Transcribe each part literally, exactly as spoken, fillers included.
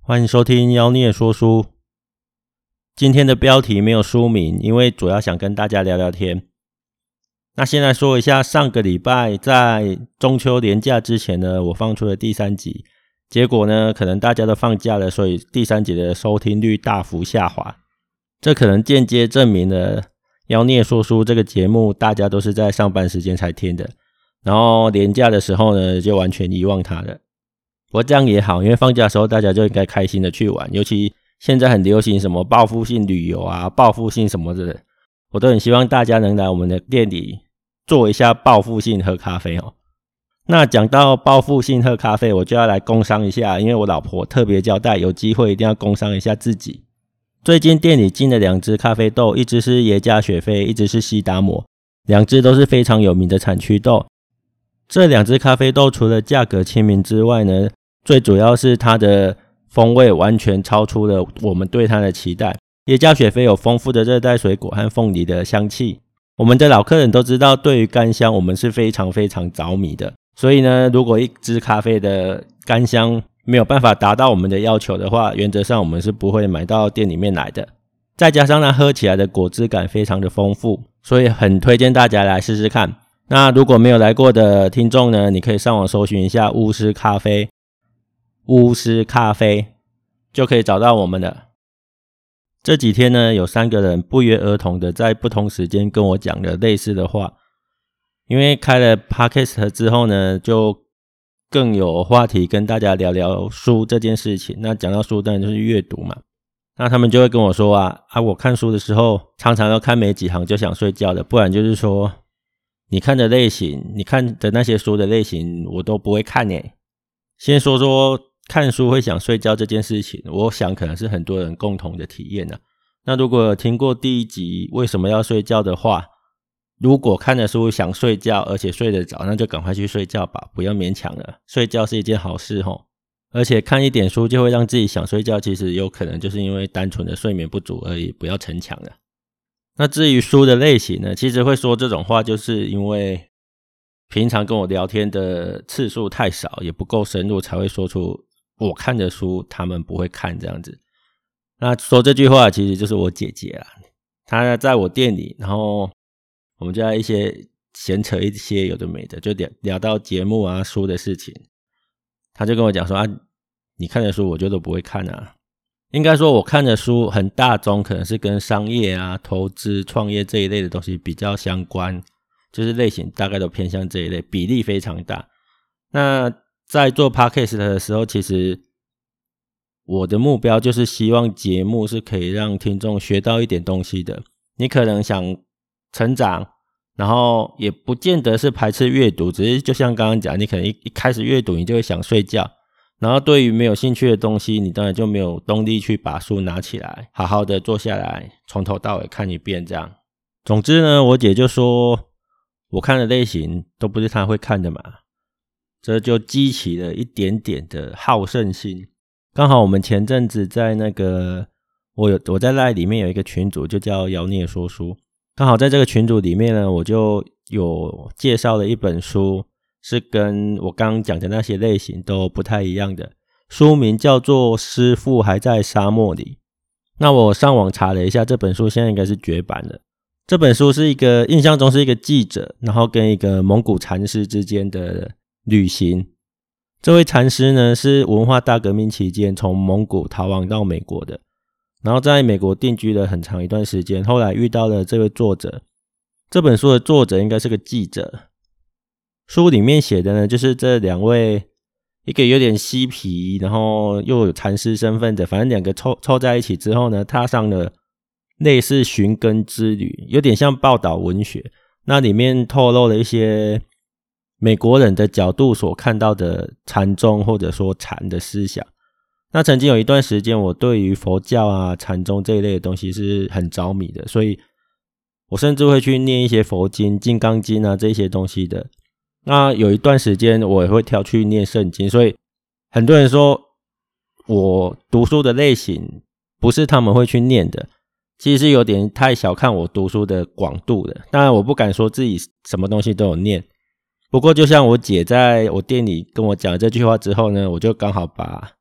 欢迎收听妖孽说书。今天的标题没有书名，因为主要想跟大家聊聊天。那先来说一下，上个礼拜在中秋连假之前呢，我放出了第三集，结果呢，可能大家都放假了，所以第三集的收听率大幅下滑。这可能间接证明了妖孽说书这个节目大家都是在上班时间才听的，然后连假的时候呢，就完全遗忘它了。不过这样也好，因为放假的时候大家就应该开心的去玩，尤其现在很流行什么报复性旅游啊、报复性什么的，我都很希望大家能来我们的店里做一下报复性喝咖啡哦。那讲到报复性喝咖啡，我就要来工商一下，因为我老婆特别交代，有机会一定要工商一下自己。最近店里进了两支咖啡豆，一支是耶加雪菲，一支是西达摩，两支都是非常有名的产区豆。这两支咖啡豆除了价格亲民之外呢，最主要是它的风味完全超出了我们对它的期待。耶加雪菲有丰富的热带水果和凤梨的香气，我们的老客人都知道，对于干香我们是非常非常着迷的。所以呢，如果一支咖啡的干香没有办法达到我们的要求的话，原则上我们是不会买到店里面来的。再加上它喝起来的果汁感非常的丰富，所以很推荐大家来试试看。那如果没有来过的听众呢，你可以上网搜寻一下巫师咖啡，巫师咖啡就可以找到我们了。这几天呢，有三个人不约而同的在不同时间跟我讲了类似的话。因为开了 Podcast 之后呢，就更有话题跟大家聊聊书这件事情。那讲到书当然就是阅读嘛。那他们就会跟我说啊，啊我看书的时候常常要看没几行就想睡觉的，不然就是说你看的类型，你看的那些书的类型我都不会看耶。先说说看书会想睡觉这件事情，我想可能是很多人共同的体验啊。那如果有听过第一集为什么要睡觉的话，如果看的书想睡觉而且睡得着，那就赶快去睡觉吧，不要勉强了。睡觉是一件好事齁，而且看一点书就会让自己想睡觉，其实有可能就是因为单纯的睡眠不足而已，不要逞强了。那至于书的类型呢，其实会说这种话就是因为平常跟我聊天的次数太少，也不够深入，才会说出我看的书他们不会看这样子。那说这句话其实就是我姐姐啦，她在我店里，然后我们就在一些闲扯一些有的没的，就 聊, 聊到节目啊书的事情，她就跟我讲说啊，你看的书我就都不会看啊。应该说我看的书很大宗，可能是跟商业啊、投资、创业这一类的东西比较相关，就是类型大概都偏向这一类，比例非常大。那在做 Podcast 的时候，其实我的目标就是希望节目是可以让听众学到一点东西的。你可能想成长，然后也不见得是排斥阅读，只是就像刚刚讲，你可能 一, 一开始阅读你就会想睡觉，然后对于没有兴趣的东西，你当然就没有动力去把书拿起来好好的坐下来从头到尾看一遍这样。总之呢，我姐就说我看的类型都不是她会看的嘛，这就激起了一点点的好胜心。刚好我们前阵子在那个我有我在 LINE 里面有一个群组，就叫妖孽说书，刚好在这个群组里面呢，我就有介绍了一本书，是跟我刚刚讲的那些类型都不太一样的，书名叫做师父还在沙漠里。那我上网查了一下，这本书现在应该是绝版了。这本书是一个印象中是一个记者，然后跟一个蒙古禅师之间的旅行。这位禅师呢，是文化大革命期间从蒙古逃亡到美国的，然后在美国定居了很长一段时间，后来遇到了这位作者。这本书的作者应该是个记者。书里面写的呢，就是这两位，一个有点嬉皮，然后又有禅师身份的，反正两个凑凑在一起之后呢，踏上了类似寻根之旅，有点像报道文学。那里面透露了一些美国人的角度所看到的禅宗或者说禅的思想。那曾经有一段时间，我对于佛教啊、禅宗这一类的东西是很着迷的，所以我甚至会去念一些佛经、金刚经啊这些东西的。那有一段时间我也会挑去念圣经，所以很多人说我读书的类型不是他们会去念的，其实是有点太小看我读书的广度的。当然我不敢说自己什么东西都有念，不过就像我姐在我店里跟我讲这句话之后呢，我就刚好把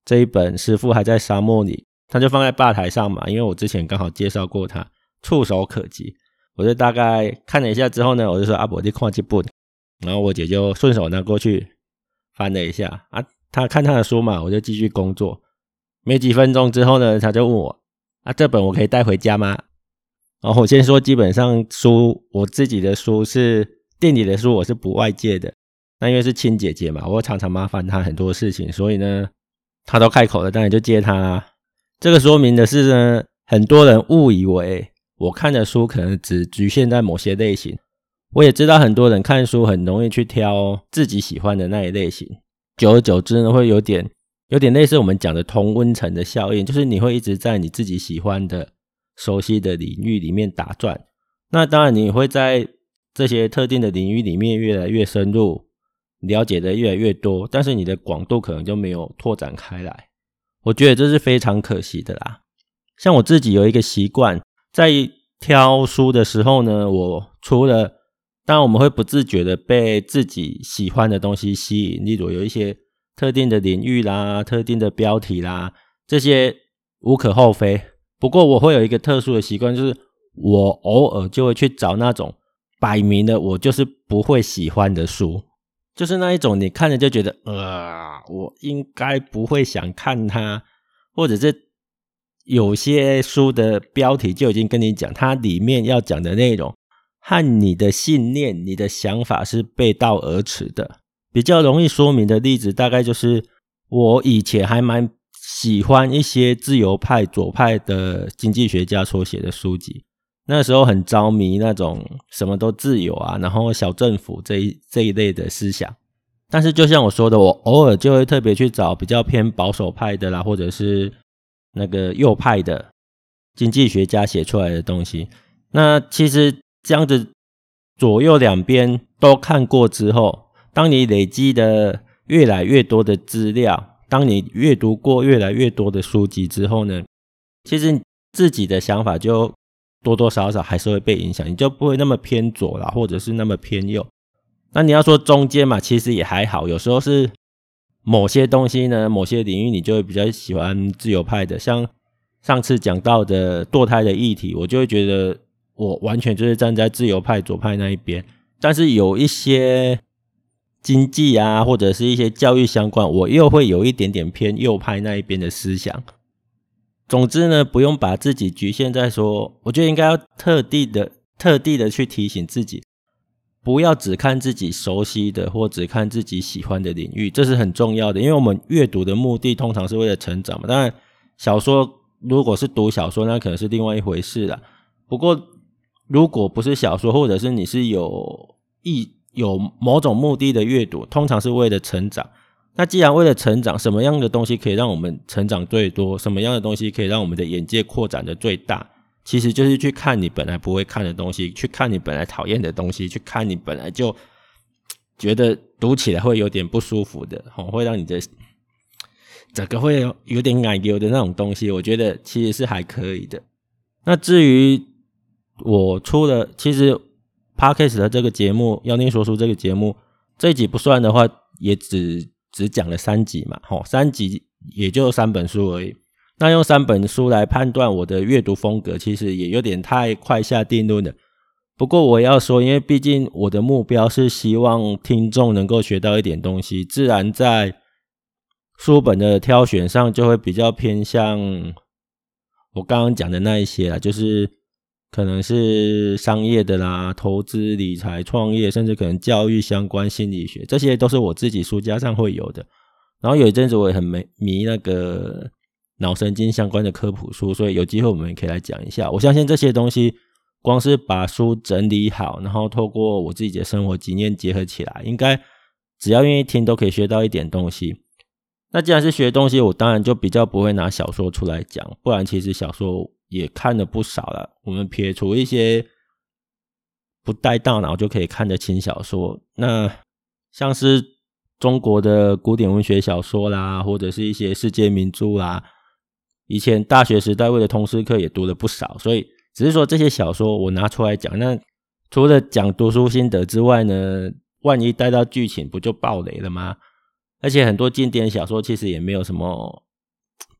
这一本师父还在沙漠里，他就放在吧台上嘛，因为我之前刚好介绍过他，触手可及。我就大概看了一下之后呢，我就说啊，我去看这本，然后我姐就顺手拿过去翻了一下啊，她看她的书嘛，我就继续工作。没几分钟之后呢，她就问我啊，这本我可以带回家吗？然后我先说，基本上书我自己的书是店里的书，我是不外借的。那因为是亲姐姐嘛，我常常麻烦她很多事情，所以呢，她都开口了，当然就借她啦。这个说明的是呢，很多人误以为我看的书可能只局限在某些类型。我也知道很多人看书很容易去挑自己喜欢的那一类型，久而久之呢，会有点有点类似我们讲的同温层的效应，就是你会一直在你自己喜欢的熟悉的领域里面打转。那当然你会在这些特定的领域里面越来越深入，了解的越来越多，但是你的广度可能就没有拓展开来。我觉得这是非常可惜的啦。像我自己有一个习惯，在挑书的时候呢，我除了当然我们会不自觉的被自己喜欢的东西吸引，例如有一些特定的领域啦，特定的标题啦，这些无可厚非。不过我会有一个特殊的习惯，就是我偶尔就会去找那种摆明了我就是不会喜欢的书，就是那一种你看了就觉得呃，我应该不会想看它，或者是有些书的标题就已经跟你讲它里面要讲的内容和你的信念你的想法是背道而驰的。比较容易说明的例子大概就是我以前还蛮喜欢一些自由派左派的经济学家所写的书籍，那时候很着迷那种什么都自由啊，然后小政府这一这一类的思想。但是就像我说的，我偶尔就会特别去找比较偏保守派的啦，或者是那个右派的经济学家写出来的东西。那其实这样子左右两边都看过之后，当你累积的越来越多的资料，当你阅读过越来越多的书籍之后呢，其实自己的想法就多多少少还是会被影响，你就不会那么偏左啦，或者是那么偏右。那你要说中间嘛，其实也还好，有时候是某些东西呢，某些领域你就会比较喜欢自由派的，像上次讲到的堕胎的议题，我就会觉得我完全就是站在自由派左派那一边。但是有一些经济啊，或者是一些教育相关，我又会有一点点偏右派那一边的思想。总之呢，不用把自己局限在说，我觉得应该要特地的特地的去提醒自己，不要只看自己熟悉的或只看自己喜欢的领域，这是很重要的。因为我们阅读的目的通常是为了成长嘛，当然小说如果是读小说那可能是另外一回事啦。不过如果不是小说，或者是你是有意有某种目的的阅读，通常是为了成长。那既然为了成长，什么样的东西可以让我们成长最多，什么样的东西可以让我们的眼界扩展的最大，其实就是去看你本来不会看的东西，去看你本来讨厌的东西，去看你本来就觉得读起来会有点不舒服的，会让你的整个会有点奶油的那种东西，我觉得其实是还可以的。那至于我出了其实 Podcast 的这个节目妖孽说书这个节目，这一集不算的话也只只讲了三集嘛，三集也就三本书而已。那用三本书来判断我的阅读风格，其实也有点太快下定论了。不过我要说，因为毕竟我的目标是希望听众能够学到一点东西，自然在书本的挑选上就会比较偏向我刚刚讲的那一些啦，就是可能是商业的啦，投资理财创业，甚至可能教育相关心理学，这些都是我自己书架上会有的。然后有一阵子我也很迷那个脑神经相关的科普书，所以有机会我们也可以来讲一下。我相信这些东西光是把书整理好，然后透过我自己的生活经验结合起来，应该只要愿意听都可以学到一点东西。那既然是学东西，我当然就比较不会拿小说出来讲，不然其实小说也看了不少了。我们撇除一些不带大脑就可以看的轻小说，那像是中国的古典文学小说啦，或者是一些世界名著啦，以前大学时代为了通识课也读了不少，所以只是说这些小说我拿出来讲，那除了讲读书心得之外呢，万一带到剧情不就爆雷了吗？而且很多经典小说其实也没有什么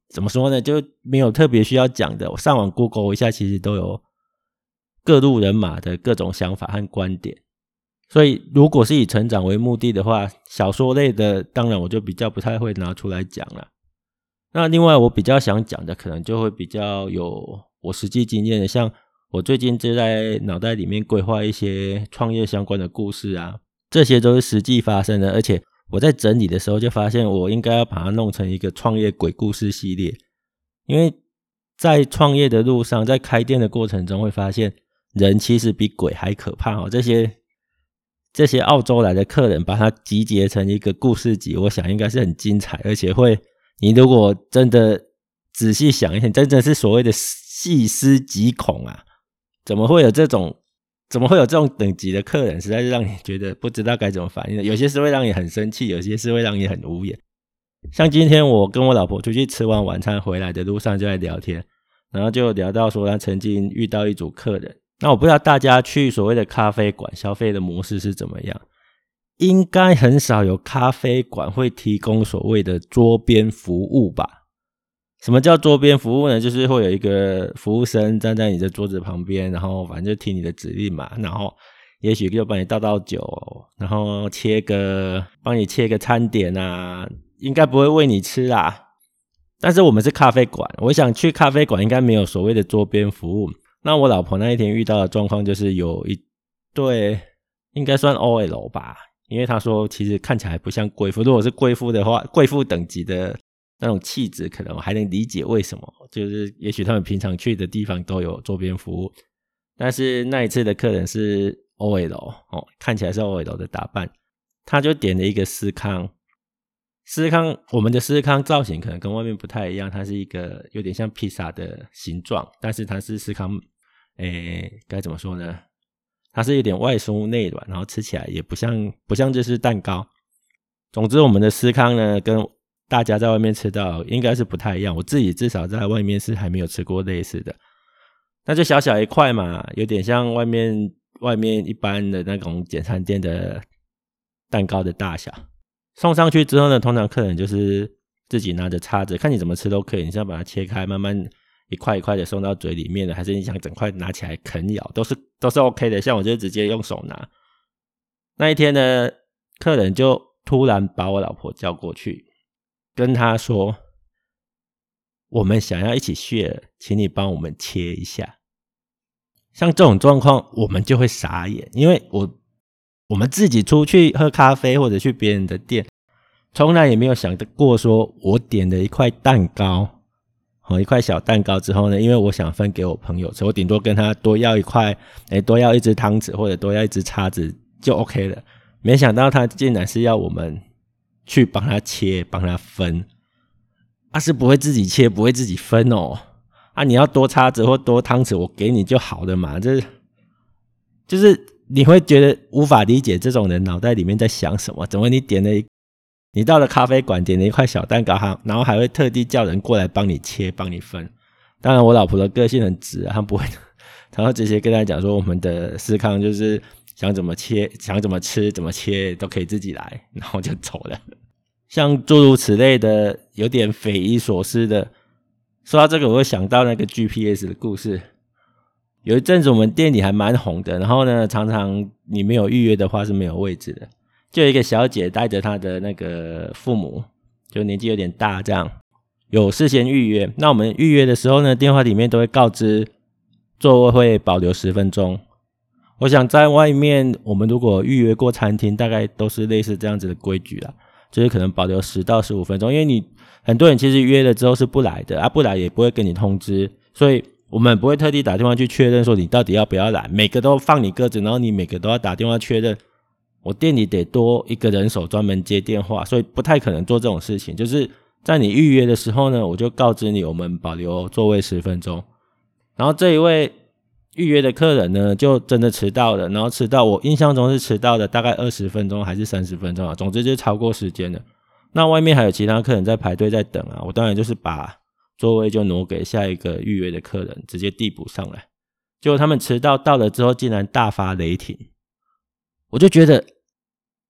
怎么说呢，就没有特别需要讲的，我上网 Google 一下，其实都有各路人马的各种想法和观点。所以如果是以成长为目的的话，小说类的当然我就比较不太会拿出来讲了。那另外我比较想讲的可能就会比较有我实际经验的，像我最近就在脑袋里面规划一些创业相关的故事啊，这些都是实际发生的，而且我在整理的时候就发现我应该要把它弄成一个创业鬼故事系列。因为在创业的路上，在开店的过程中会发现人其实比鬼还可怕哦。这些这些澳洲来的客人把它集结成一个故事集，我想应该是很精彩，而且会你如果真的仔细想一想，真的是所谓的细思极恐啊，怎么会有这种怎么会有这种等级的客人，实在是让你觉得不知道该怎么反应的。有些是会让你很生气，有些是会让你很无言。像今天我跟我老婆出去吃完晚餐回来的路上就在聊天，然后就聊到说他曾经遇到一组客人。那我不知道大家去所谓的咖啡馆消费的模式是怎么样，应该很少有咖啡馆会提供所谓的桌边服务吧。什么叫桌边服务呢？就是会有一个服务生站在你的桌子旁边，然后反正就听你的指令嘛，然后也许就帮你倒倒酒，然后切个帮你切个餐点啊，应该不会喂你吃啦。但是我们是咖啡馆，我想去咖啡馆应该没有所谓的桌边服务。那我老婆那一天遇到的状况就是有一对应该算 O L 吧，因为她说其实看起来不像贵妇，如果是贵妇的话，贵妇等级的那种气质可能我还能理解为什么，就是也许他们平常去的地方都有桌边服务。但是那一次的客人是 O L 哦，看起来是 O L 的打扮，他就点了一个司康。司康我们的司康造型可能跟外面不太一样，它是一个有点像披萨的形状，但是它是司康诶该怎么说呢，它是有点外酥内软，然后吃起来也不像不像日式蛋糕。总之我们的司康呢跟大家在外面吃到应该是不太一样，我自己至少在外面是还没有吃过类似的。那就小小一块嘛，有点像外面外面一般的那种简餐店的蛋糕的大小。送上去之后呢，通常客人就是自己拿着叉子，看你怎么吃都可以，你想把它切开慢慢一块一块的送到嘴里面的，还是你想整块拿起来啃咬，都是都是 OK 的。像我就直接用手拿。那一天呢，客人就突然把我老婆叫过去，跟她说我们想要一起 share， 请你帮我们切一下。像这种状况我们就会傻眼，因为我我们自己出去喝咖啡或者去别人的店，从来也没有想过说我点了一块蛋糕，一块小蛋糕之后呢，因为我想分给我朋友吃，我顶多跟他多要一块诶多要一只汤匙或者多要一只叉子就 OK 了。没想到他竟然是要我们去帮他切帮他分，啊是不会自己切不会自己分哦，啊你要多叉子或多汤匙我给你就好了嘛，这就是你会觉得无法理解这种人脑袋里面在想什么，怎么你点了一你到了咖啡馆点了一块小蛋糕，然后还会特地叫人过来帮你切帮你分。当然我老婆的个性很直啊，她不会然后直接跟她讲说我们的司康就是想怎么切想怎么吃怎么切都可以自己来，然后就走了。像诸如此类的有点匪夷所思的。说到这个我会想到那个 G P S 的故事。有一阵子我们店里还蛮红的，然后呢常常你没有预约的话是没有位置的，就有一个小姐带着她的那个父母，就年纪有点大这样，有事先预约。那我们预约的时候呢，电话里面都会告知座位会保留十分钟。我想在外面我们如果预约过餐厅大概都是类似这样子的规矩啦，就是可能保留十到十五分钟，因为你很多人其实约了之后是不来的啊，不来也不会跟你通知，所以我们不会特地打电话去确认说你到底要不要来，每个都放你鸽子，然后你每个都要打电话确认。我店里得多一个人手专门接电话，所以不太可能做这种事情。就是在你预约的时候呢，我就告知你我们保留座位十分钟。然后这一位预约的客人呢就真的迟到了，然后迟到我印象中是迟到了大概二十分钟还是三十分钟啊，总之就超过时间了。那外面还有其他客人在排队在等啊，我当然就是把座位就挪给下一个预约的客人，直接递补上来。结果他们迟到到了之后竟然大发雷霆，我就觉得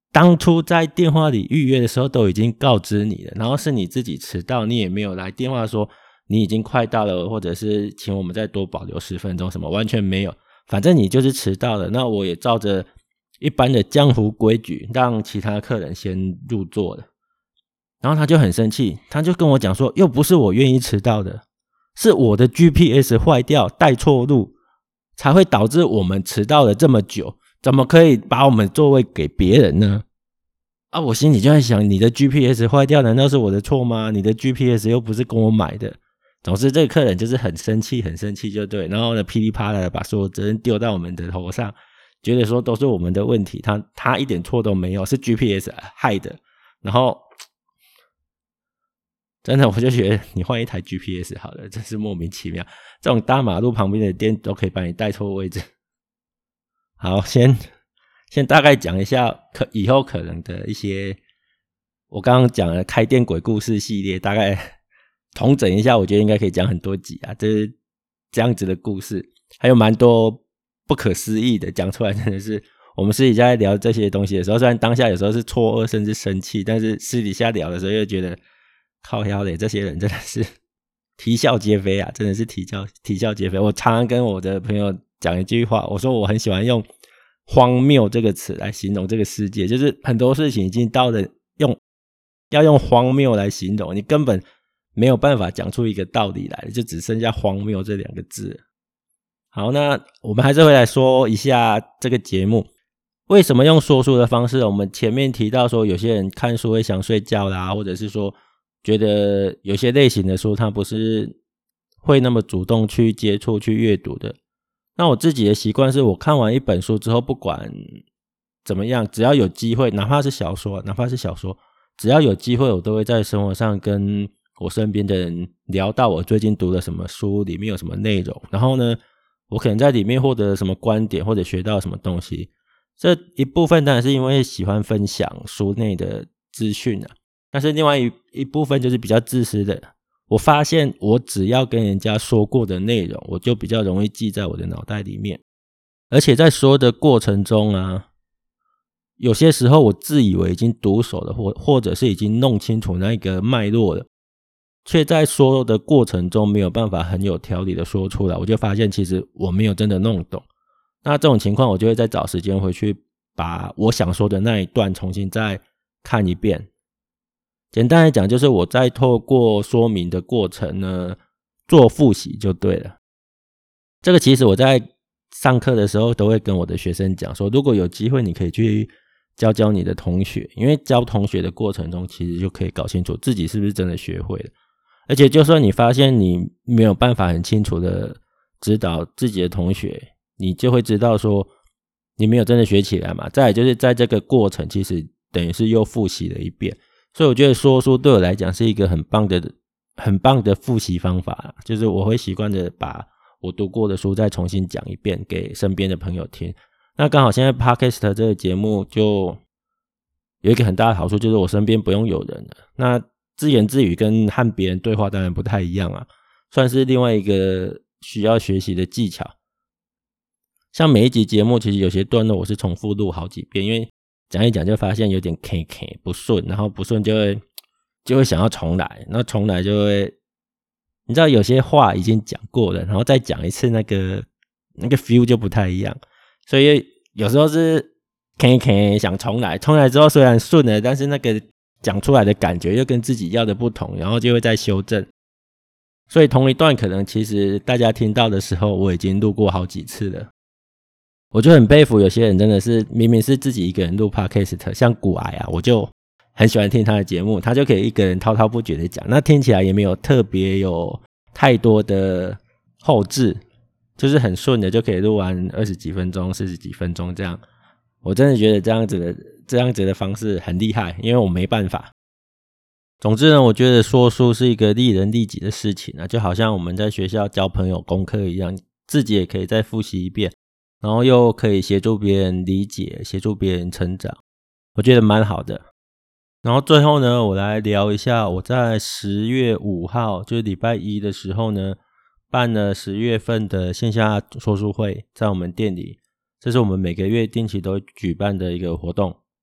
当初在电话里预约的时候都已经告知你了，然后是你自己迟到，你也没有来电话说你已经快到了，或者是请我们再多保留十分钟什么，完全没有，反正你就是迟到了。那我也照着一般的江湖规矩让其他客人先入座了。然后他就很生气，他就跟我讲说，又不是我愿意迟到的，是我的 G P S 坏掉带错路才会导致我们迟到了这么久，怎么可以把我们座位给别人呢？啊，我心里就在想，你的 G P S 坏掉难道是我的错吗？你的 G P S 又不是跟我买的。总之这个客人就是很生气很生气就对，然后呢噼里啪啦的把所有责任丢到我们的头上，觉得说都是我们的问题，他他一点错都没有，是 G P S 害的。然后真的我就觉得你换一台 G P S 好了，真是莫名其妙，这种大马路旁边的店都可以把你带错位置。好，先先大概讲一下可以后可能的一些我刚刚讲的开店鬼故事系列，大概统整一下，我觉得应该可以讲很多集啊，这是这样子的故事，还有蛮多不可思议的，讲出来真的是我们私底下在聊这些东西的时候，虽然当下有时候是错愕甚至生气，但是私底下聊的时候又觉得靠腰嘞，这些人真的是啼笑皆非啊，真的是啼笑啼笑皆非。我常常跟我的朋友讲一句话，我说我很喜欢用荒谬这个词来形容这个世界，就是很多事情已经到了用要用荒谬来形容，你根本没有办法讲出一个道理来，就只剩下荒谬这两个字了。好，那我们还是会来说一下这个节目为什么用说书的方式。我们前面提到说有些人看书会想睡觉啦，或者是说觉得有些类型的书他不是会那么主动去接触去阅读的。那我自己的习惯是我看完一本书之后，不管怎么样，只要有机会，哪怕是小说哪怕是小说只要有机会我都会在生活上跟我身边的人聊到我最近读了什么书，里面有什么内容，然后呢我可能在里面获得了什么观点或者学到什么东西。这一部分当然是因为喜欢分享书内的资讯啊，但是另外 一, 一部分就是比较自私的，我发现我只要跟人家说过的内容，我就比较容易记在我的脑袋里面，而且在说的过程中啊，有些时候我自以为已经读熟了，或或者是已经弄清楚那个脉络了，却在说的过程中没有办法很有条理的说出来，我就发现其实我没有真的弄懂。那这种情况我就会再找时间回去把我想说的那一段重新再看一遍。简单来讲就是我在透过说明的过程呢做复习就对了。这个其实我在上课的时候都会跟我的学生讲说，如果有机会你可以去教教你的同学，因为教同学的过程中其实就可以搞清楚自己是不是真的学会了。而且就算你发现你没有办法很清楚的指导自己的同学，你就会知道说你没有真的学起来嘛。再来就是在这个过程其实等于是又复习了一遍，所以我觉得说书对我来讲是一个很棒的很棒的复习方法，就是我会习惯的把我读过的书再重新讲一遍给身边的朋友听。那刚好现在 Podcast 这个节目就有一个很大的好处，就是我身边不用有人了，那自言自语跟和别人对话当然不太一样啊，算是另外一个需要学习的技巧。像每一集节目其实有些段落我是重复录好几遍，因为讲一讲就发现有点 K K 不顺，然后不顺就会就会想要重来，然后重来就会你知道有些话已经讲过了，然后再讲一次那个那个 feel 就不太一样，所以有时候是 K K 想重来，重来之后虽然顺了，但是那个讲出来的感觉又跟自己要的不同，然后就会再修正。所以同一段可能其实大家听到的时候我已经录过好几次了。我就很佩服有些人真的是明明是自己一个人录 podcast， 像古癌啊，我就很喜欢听他的节目，他就可以一个人滔滔不绝的讲，那听起来也没有特别有太多的后置，就是很顺的就可以录完二十几分钟四十几分钟这样。我真的觉得这样子的这样子的方式很厉害，因为我没办法。总之呢，我觉得说书是一个利人利己的事情啊，就好像我们在学校教朋友功课一样，自己也可以再复习一遍，然后又可以协助别人理解，协助别人成长，我觉得蛮好的。然后最后呢，我来聊一下我在十月五号就是礼拜一的时候呢办了十月份的线下说书会，在我们店里，这是我们每个月定期都举办的一个活动。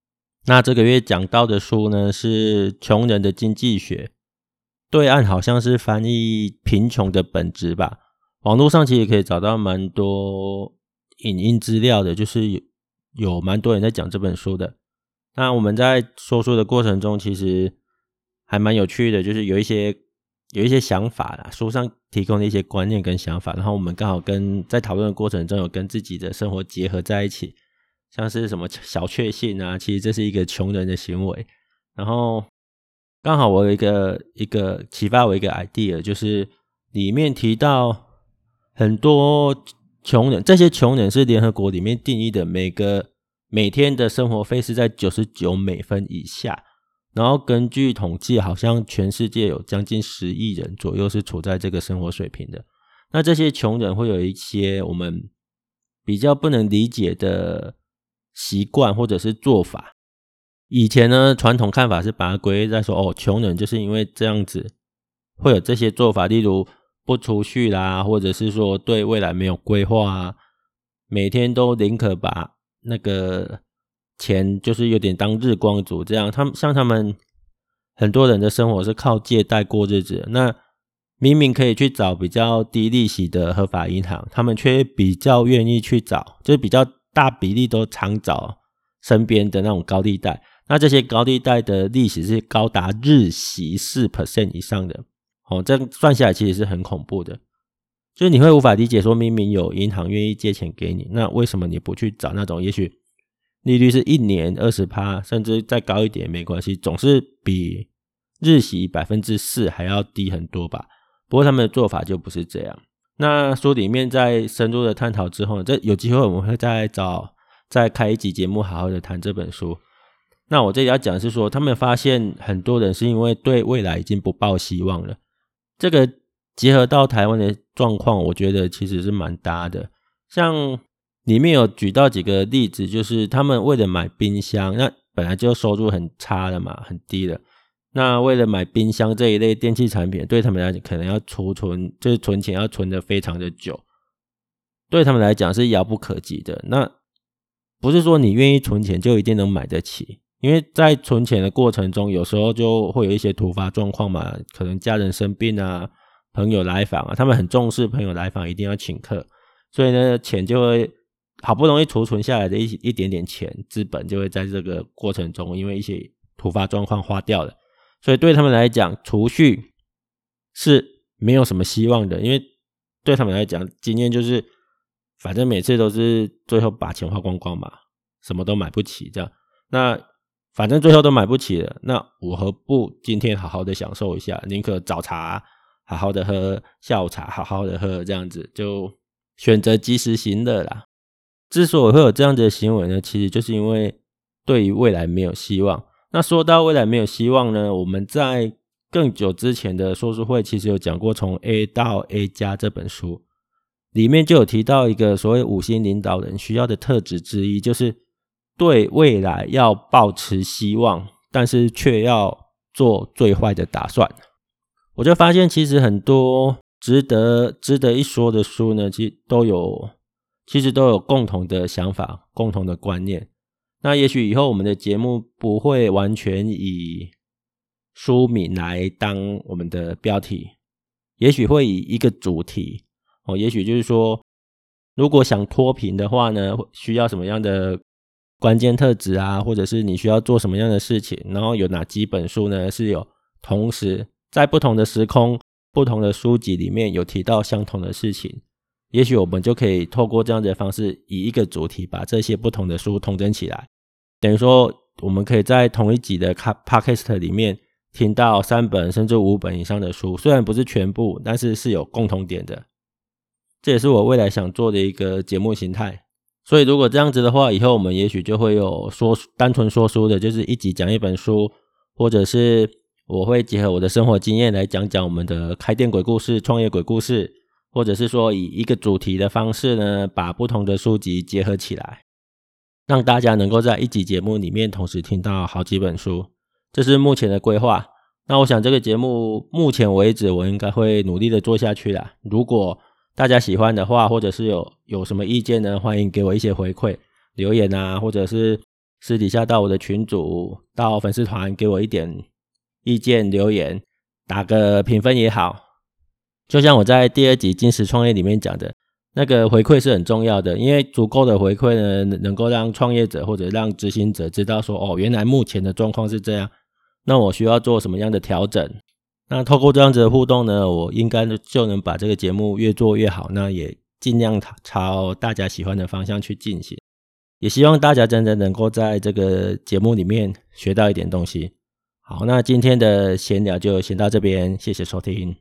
那这个月讲到的书呢是《穷人的经济学》，对岸好像是翻译贫穷的本质吧。网络上其实可以找到蛮多影音资料的，就是有有蛮多人在讲这本书的。那我们在说书的过程中其实还蛮有趣的，就是有一些有一些想法啦，书上提供的一些观念跟想法，然后我们刚好跟在讨论的过程中有跟自己的生活结合在一起，像是什么小确幸啊，其实这是一个穷人的行为。然后刚好我有一个一个启发我一个 idea， 就是里面提到很多穷人，这些穷人是联合国里面定义的每个每天的生活费是在九十九美分以下，然后根据统计好像全世界有将近十亿人左右是处在这个生活水平的。那这些穷人会有一些我们比较不能理解的习惯或者是做法。以前呢，传统看法是把它归类在说，哦，穷人就是因为这样子会有这些做法，例如不储蓄啦，或者是说对未来没有规划啊，每天都宁可把那个钱就是有点当日光族这样。他们像他们很多人的生活是靠借贷过日子的，那明明可以去找比较低利息的合法银行，他们却比较愿意去找，就是比较大比例都常找身边的那种高利贷。那这些高利贷的利息是高达日息 百分之四 以上的，哦，这样算下来其实是很恐怖的。就是你会无法理解说明明有银行愿意借钱给你，那为什么你不去找那种也许利率是一年 百分之二十 甚至再高一点没关系，总是比日息 百分之四 还要低很多吧。不过他们的做法就不是这样。那书里面在深入的探讨之后，这有机会我们会再找再开一集节目好好的谈这本书。那我这里要讲的是说，他们发现很多人是因为对未来已经不抱希望了。这个结合到台湾的状况，我觉得其实是蛮搭的。像里面有举到几个例子，就是他们为了买冰箱，那本来就收入很差了嘛，很低了。那为了买冰箱这一类电器产品，对他们来讲可能要储存，就是存钱要存得非常的久，对他们来讲是遥不可及的。那不是说你愿意存钱就一定能买得起，因为在存钱的过程中有时候就会有一些突发状况嘛，可能家人生病啊，朋友来访啊，他们很重视朋友来访一定要请客，所以呢钱就会好不容易储存下来的 一, 一点点钱资本就会在这个过程中因为一些突发状况花掉了。所以对他们来讲储蓄是没有什么希望的，因为对他们来讲经验就是反正每次都是最后把钱花光光嘛，什么都买不起这样。那反正最后都买不起了，那我何不今天好好的享受一下，宁可早茶好好的喝，下午茶好好的喝，这样子就选择及时行乐啦。之所以会有这样子的行为呢，其实就是因为对于未来没有希望。那说到未来没有希望呢，我们在更久之前的说书会其实有讲过从 A 到 A 加这本书，里面就有提到一个所谓五星领导人需要的特质之一，就是对未来要抱持希望，但是却要做最坏的打算。我就发现其实很多值得值得一说的书呢，其实都有其实都有共同的想法，共同的观念。那也许以后我们的节目不会完全以书名来当我们的标题，也许会以一个主题哦，也许就是说如果想脱贫的话呢，需要什么样的关键特质啊，或者是你需要做什么样的事情，然后有哪几本书呢是有同时在不同的时空不同的书籍里面有提到相同的事情，也许我们就可以透过这样的方式以一个主题把这些不同的书统整起来，等于说我们可以在同一集的 podcast 里面听到三本甚至五本以上的书，虽然不是全部，但是是有共同点的。这也是我未来想做的一个节目形态。所以如果这样子的话，以后我们也许就会有说单纯说书的，就是一集讲一本书，或者是我会结合我的生活经验来讲讲我们的开店鬼故事、创业鬼故事，或者是说以一个主题的方式呢，把不同的书籍结合起来，让大家能够在一集节目里面同时听到好几本书。这是目前的规划。那我想这个节目目前为止我应该会努力的做下去啦。如果大家喜欢的话，或者是有有什么意见呢，欢迎给我一些回馈留言啊，或者是私底下到我的群组，到粉丝团给我一点意见留言，打个评分也好。就像我在第二集金石创业里面讲的，那个回馈是很重要的，因为足够的回馈呢，能够让创业者或者让执行者知道说，哦，原来目前的状况是这样，那我需要做什么样的调整。那透过这样子的互动呢，我应该就能把这个节目越做越好，那也尽量朝大家喜欢的方向去进行。也希望大家真的能够在这个节目里面学到一点东西。好，那今天的闲聊就先到这边，谢谢收听。